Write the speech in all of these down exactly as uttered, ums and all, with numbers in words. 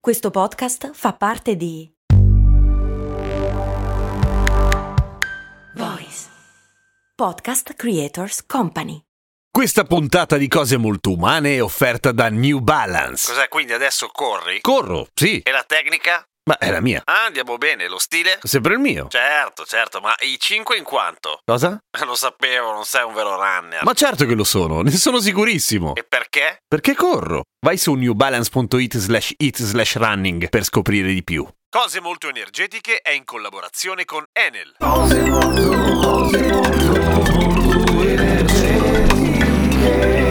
Questo podcast fa parte di Voice Podcast Creators Company. Questa puntata di Cose Molto Umane è offerta da New Balance. Cos'è, quindi adesso corri? Corro, sì. E la tecnica? Ma è la mia. Ah, andiamo bene. Lo stile? Sempre il mio. Certo, certo, ma i cinque in quanto? Cosa? Lo sapevo, non sei un vero runner. Ma certo che lo sono, ne sono sicurissimo. E perché? Perché corro. Vai su newbalance.it slash it slash running per scoprire di più. Cose Molto Energetiche è in collaborazione con Enel. Cose molto, cose molto, molto energetiche.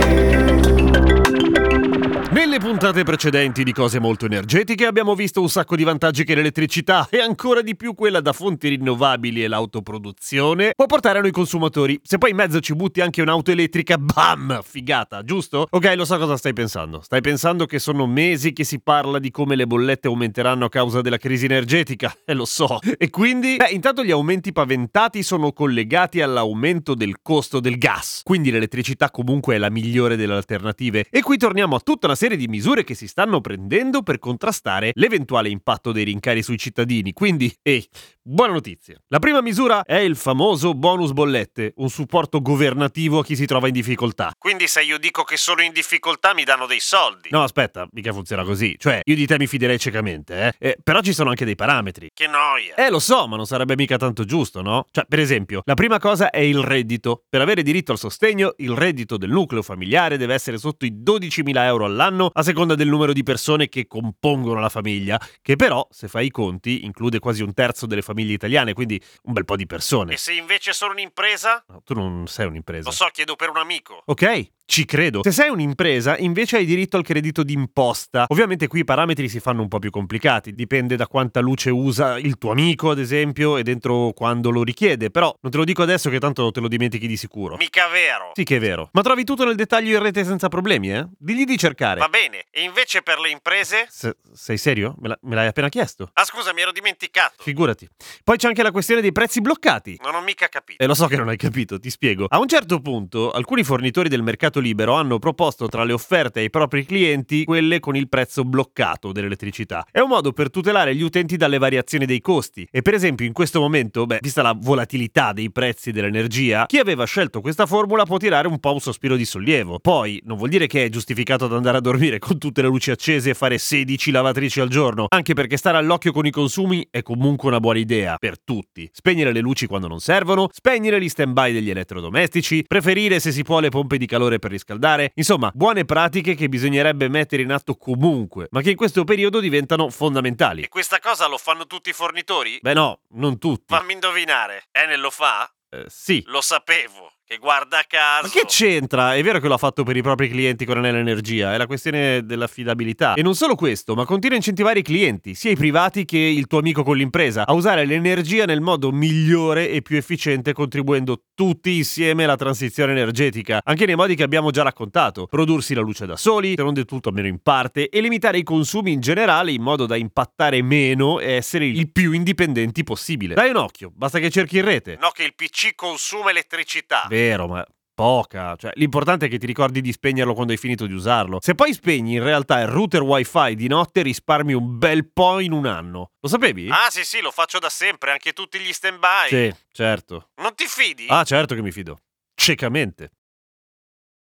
Nelle puntate precedenti di Cose Molto Energetiche abbiamo visto un sacco di vantaggi che l'elettricità e ancora di più quella da fonti rinnovabili e l'autoproduzione può portare a noi consumatori. Se poi in mezzo ci butti anche un'auto elettrica, bam, figata, giusto? Ok, lo so cosa stai pensando. Stai pensando che sono mesi che si parla di come le bollette aumenteranno a causa della crisi energetica? Eh, lo so. E quindi? Beh, intanto gli aumenti paventati sono collegati all'aumento del costo del gas. Quindi l'elettricità comunque è la migliore delle alternative. E qui torniamo a tutta una serie di misure che si stanno prendendo per contrastare l'eventuale impatto dei rincari sui cittadini. Quindi, ehi, buona notizia. La prima misura è il famoso bonus bollette, un supporto governativo a chi si trova in difficoltà. Quindi se io dico che sono in difficoltà mi danno dei soldi. No, aspetta, mica funziona così. Cioè, io di te mi fiderei ciecamente, eh. eh però ci sono anche dei parametri. Che noia. Eh, lo so, ma non sarebbe mica tanto giusto, no? Cioè, per esempio, la prima cosa è il reddito. Per avere diritto al sostegno, il reddito del nucleo familiare deve essere sotto i dodicimila euro all'anno a seconda del numero di persone che compongono la famiglia, che però, se fai i conti, include quasi un terzo delle famiglie italiane, quindi un bel po' di persone. E se invece sono un'impresa? No, tu non sei un'impresa. Lo so, chiedo per un amico. Ok, ci credo. Se sei un'impresa, invece hai diritto al credito d'imposta. Ovviamente qui i parametri si fanno un po' più complicati, dipende da quanta luce usa il tuo amico, ad esempio, e dentro quando lo richiede, però non te lo dico adesso che tanto te lo dimentichi di sicuro. Mica vero. Sì che è vero. Ma trovi tutto nel dettaglio in rete senza problemi, eh? Digli di cercare. Va bene, e invece per le imprese? Se- sei serio? Me, la- me l'hai appena chiesto. Ah, scusa, mi ero dimenticato. Figurati. Poi c'è anche la questione dei prezzi bloccati. Non ho mica capito. E lo so che non hai capito, ti spiego. A un certo punto, alcuni fornitori del mercato libero hanno proposto tra le offerte ai propri clienti quelle con il prezzo bloccato dell'elettricità. È un modo per tutelare gli utenti dalle variazioni dei costi. E per esempio in questo momento, beh, vista la volatilità dei prezzi dell'energia, chi aveva scelto questa formula può tirare un po' un sospiro di sollievo. Poi, non vuol dire che è giustificato ad andare a dormire con tutte le luci accese e fare sedici lavatrici al giorno, anche perché stare all'occhio con i consumi è comunque una buona idea, per tutti. Spegnere le luci quando non servono, spegnere gli stand-by degli elettrodomestici, preferire se si può le pompe di calore per riscaldare, insomma, buone pratiche che bisognerebbe mettere in atto comunque, ma che in questo periodo diventano fondamentali. E questa cosa lo fanno tutti i fornitori? Beh no, non tutti. Fammi indovinare. Enel lo fa? Eh, sì. Lo sapevo. Che guarda caso. Ma che c'entra? È vero che l'ha fatto per i propri clienti con Enel Energia, è la questione dell'affidabilità. E non solo questo, ma continua a incentivare i clienti, sia i privati che il tuo amico con l'impresa, a usare l'energia nel modo migliore e più efficiente, contribuendo tutti insieme alla transizione energetica, anche nei modi che abbiamo già raccontato. Prodursi la luce da soli, se non del tutto almeno in parte, e limitare i consumi in generale in modo da impattare meno e essere il più indipendenti possibile. Dai un occhio, basta che cerchi in rete. No, che il P C consuma elettricità. Vero, ma poca. Cioè, l'importante è che ti ricordi di spegnerlo quando hai finito di usarlo. Se poi spegni in realtà il router wifi di notte, risparmi un bel po' in un anno. Lo sapevi? Ah, sì, sì, lo faccio da sempre, anche tutti gli stand-by. Sì, certo. Non ti fidi? Ah, certo che mi fido. Ciecamente.